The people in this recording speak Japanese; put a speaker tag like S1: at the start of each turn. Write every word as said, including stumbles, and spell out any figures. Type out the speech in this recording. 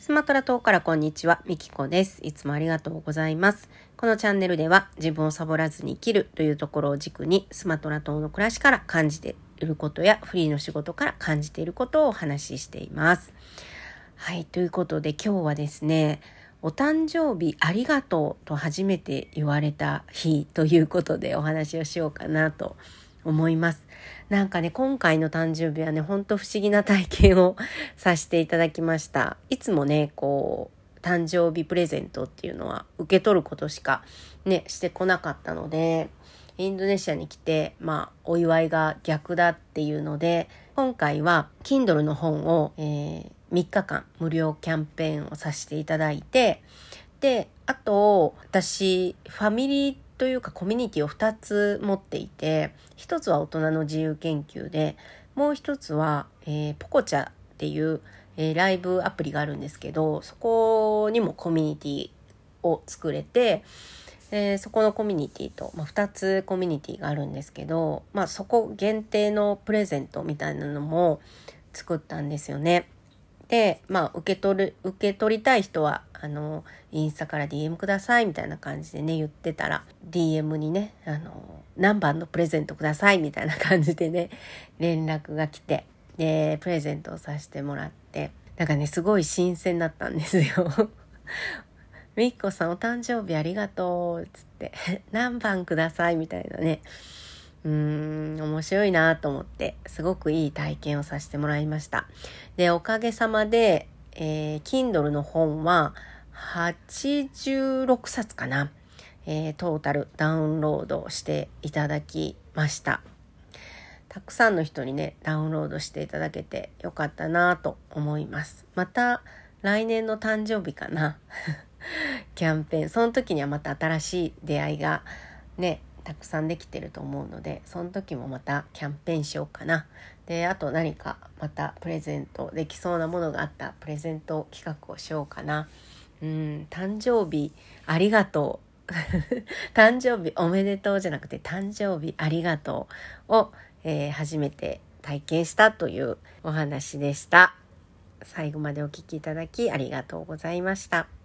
S1: スマトラ島からこんにちは、みきこです。いつもありがとうございます。このチャンネルでは自分をサボらずに生きるというところを軸にスマトラ島の暮らしから感じていることやフリーの仕事から感じていることをお話ししています。はい、ということで今日はですね、お誕生日ありがとうと初めて言われた日ということでお話をしようかなと思います。なんかね、今回の誕生日はね、ほんと不思議な体験をさせていただきました。いつもね、こう誕生日プレゼントっていうのは受け取ることしかねしてこなかったので、インドネシアに来てまあお祝いが逆だっていうので、今回は Kindle の本を、えー、みっかかん無料キャンペーンをさせていただいて、であと私ファミリーというかコミュニティをふたつ持っていて、一つは大人の自由研究で、もう一つは、えー、ポコチャっていう、えー、ライブアプリがあるんですけど、そこにもコミュニティを作れて、えー、そこのコミュニティと、まあ、ふたつコミュニティがあるんですけど、まあ、そこ限定のプレゼントみたいなのも作ったんですよね。で、まあ、受け取る、受け取りたい人は、あの、インスタから ディーエム くださいみたいな感じでね、言ってたら、ディーエム にね、あの、何番のプレゼントくださいみたいな感じでね、連絡が来て、で、プレゼントをさせてもらって、なんかね、すごい新鮮だったんですよ。みっこさんお誕生日ありがとう、つって、何番くださいみたいなね。うーん面白いなと思って、すごくいい体験をさせてもらいました。でおかげさまで、えー、Kindle の本ははちじゅうろくさつかな、えー、トータルダウンロードしていただきました。たくさんの人にねダウンロードしていただけてよかったなと思います。また来年の誕生日かなキャンペーン、その時にはまた新しい出会いがねたくさんできてると思うので、その時もまたキャンペーンしようかな。であと何かまたプレゼントできそうなものがあったらプレゼント企画をしようかな。うん誕生日ありがとう誕生日おめでとうじゃなくて誕生日ありがとうを、えー、初めて体験したというお話でした。最後までお聞きいただきありがとうございました。